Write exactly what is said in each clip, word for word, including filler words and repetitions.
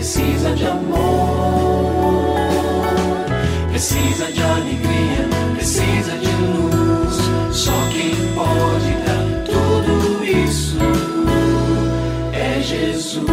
precisa de amor, precisa de alegria, precisa de luz. Só quem pode dar tudo isso é Jesus.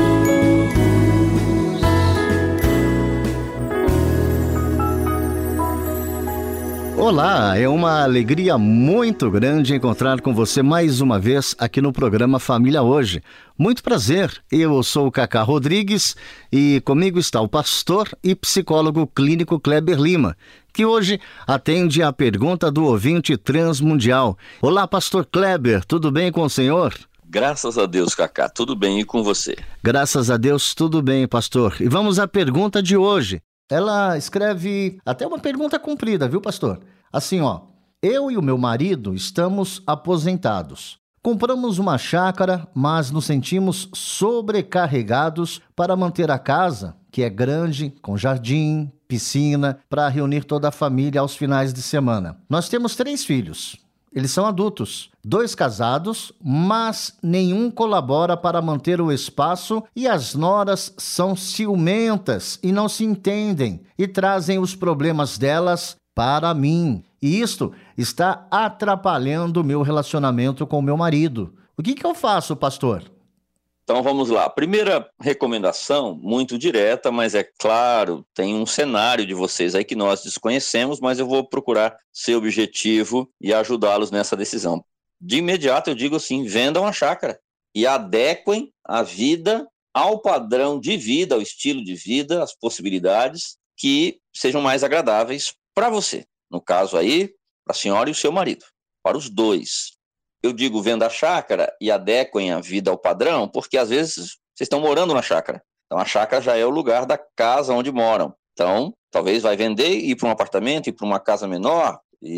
Olá, é uma alegria muito grande encontrar com você mais uma vez aqui no programa Família Hoje. Muito prazer, eu sou o Cacá Rodrigues e comigo está o pastor e psicólogo clínico Kleber Lima, que hoje atende à pergunta do ouvinte transmundial. Olá, pastor Kleber, tudo bem com o senhor? Graças a Deus, Cacá, tudo bem e com você? Graças a Deus, tudo bem, pastor. E vamos à pergunta de hoje. Ela escreve até uma pergunta comprida, viu, pastor? Assim, ó. Eu e o meu marido estamos aposentados. Compramos uma chácara, mas nos sentimos sobrecarregados para manter a casa, que é grande, com jardim, piscina, para reunir toda a família aos finais de semana. Nós temos três filhos. Eles são adultos, dois casados, mas nenhum colabora para manter o espaço e as noras são ciumentas e não se entendem e trazem os problemas delas para mim. E isto está atrapalhando o meu relacionamento com o meu marido. O que que eu faço, pastor? Então vamos lá. Primeira recomendação, muito direta, mas é claro, tem um cenário de vocês aí que nós desconhecemos, mas eu vou procurar ser objetivo e ajudá-los nessa decisão. De imediato eu digo assim, vendam a chácara e adequem a vida ao padrão de vida, ao estilo de vida, às possibilidades que sejam mais agradáveis para você. No caso aí, para a senhora e o seu marido, para os dois. Eu digo venda a chácara e adequem a vida ao padrão, porque às vezes vocês estão morando na chácara. Então a chácara já é o lugar da casa onde moram. Então, talvez vai vender e ir para um apartamento, ir para uma casa menor,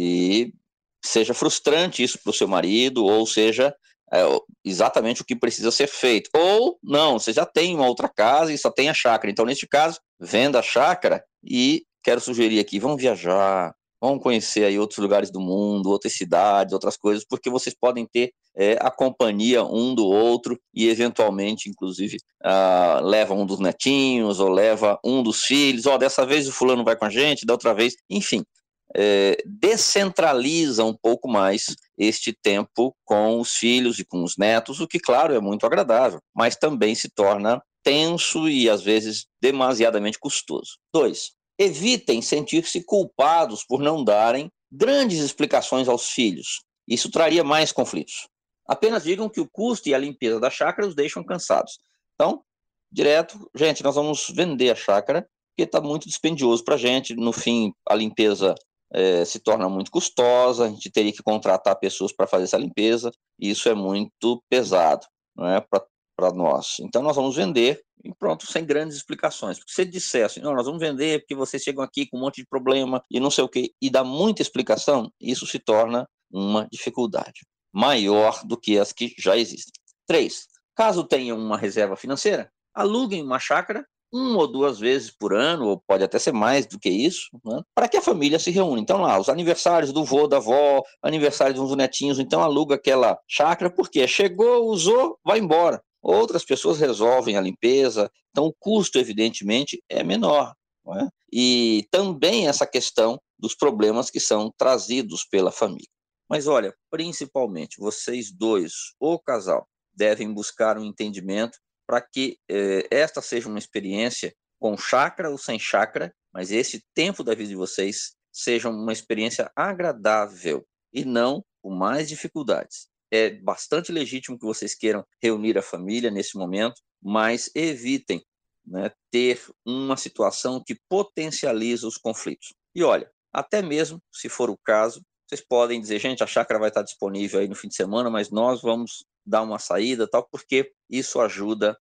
e seja frustrante isso para o seu marido, ou seja é, exatamente o que precisa ser feito. Ou não, você já tem uma outra casa e só tem a chácara. Então, neste caso, venda a chácara e quero sugerir aqui, vamos viajar, vamos conhecer aí outros lugares do mundo, outras cidades, outras coisas, porque vocês podem ter é, a companhia um do outro e, eventualmente, inclusive, ah, leva um dos netinhos ou leva um dos filhos. Ó, oh, dessa vez o fulano vai com a gente, da outra vez... Enfim, é, descentraliza um pouco mais este tempo com os filhos e com os netos, o que, claro, é muito agradável, mas também se torna tenso e, às vezes, demasiadamente custoso. Dois, evitem sentir-se culpados por não darem grandes explicações aos filhos. Isso traria mais conflitos. Apenas digam que o custo e a limpeza da chácara os deixam cansados. Então, direto, gente, nós vamos vender a chácara, porque está muito dispendioso para a gente. No fim, a limpeza é, se torna muito custosa, a gente teria que contratar pessoas para fazer essa limpeza, e isso é muito pesado, não é, para nós. Então, nós vamos vender e pronto, sem grandes explicações. Porque se ele disser assim, não, nós vamos vender porque vocês chegam aqui com um monte de problema e não sei o quê, e dá muita explicação, isso se torna uma dificuldade maior do que as que já existem. Três, caso tenham uma reserva financeira, aluguem uma chácara uma ou duas vezes por ano, ou pode até ser mais do que isso, né, para que a família se reúna. Então lá, os aniversários do vô, da avó, aniversários dos netinhos, então aluga aquela chácara, porque chegou, usou, vai embora. Outras pessoas resolvem a limpeza, então o custo, evidentemente, é menor, não é? E também essa questão dos problemas que são trazidos pela família. Mas olha, principalmente, vocês dois, o casal, devem buscar um entendimento para que eh, esta seja uma experiência com chácara ou sem chácara, mas esse tempo da vida de vocês seja uma experiência agradável e não com mais dificuldades. É bastante legítimo que vocês queiram reunir a família nesse momento, mas evitem, né, ter uma situação que potencializa os conflitos. E olha, até mesmo, se for o caso, vocês podem dizer, gente, a chácara vai estar disponível aí no fim de semana, mas nós vamos dar uma saída, tal, porque isso ajuda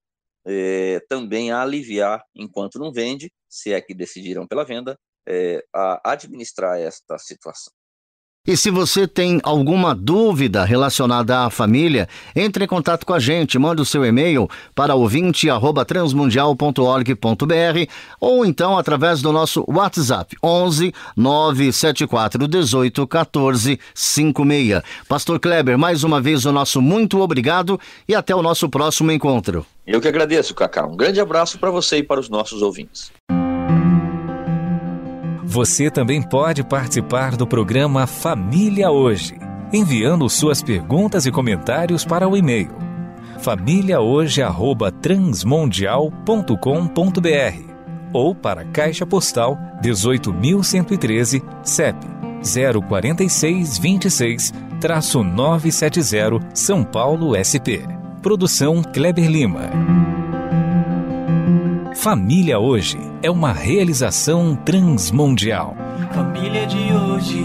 é, também a aliviar, enquanto não vende, se é que decidiram pela venda, é, a administrar esta situação. E se você tem alguma dúvida relacionada à família, entre em contato com a gente, manda o seu e-mail para ouvinte arroba transmundial ponto org ponto br ou então através do nosso WhatsApp onze nove sete quatro um oito um quatro cinco seis. Pastor Kleber, mais uma vez o nosso muito obrigado e até o nosso próximo encontro. Eu que agradeço, Cacá. Um grande abraço para você e para os nossos ouvintes. Você também pode participar do programa Família Hoje, enviando suas perguntas e comentários para o e-mail família hoje arroba transmundial ponto com ponto br ou para a Caixa Postal dezoito mil cento e treze, C E P zero quatro seis dois seis, nove sete zero, São Paulo, S P. Produção Kleber Lima. Família Hoje é uma realização transmundial. Família de hoje.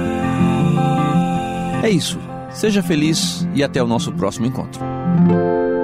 É isso. Seja feliz e até o nosso próximo encontro.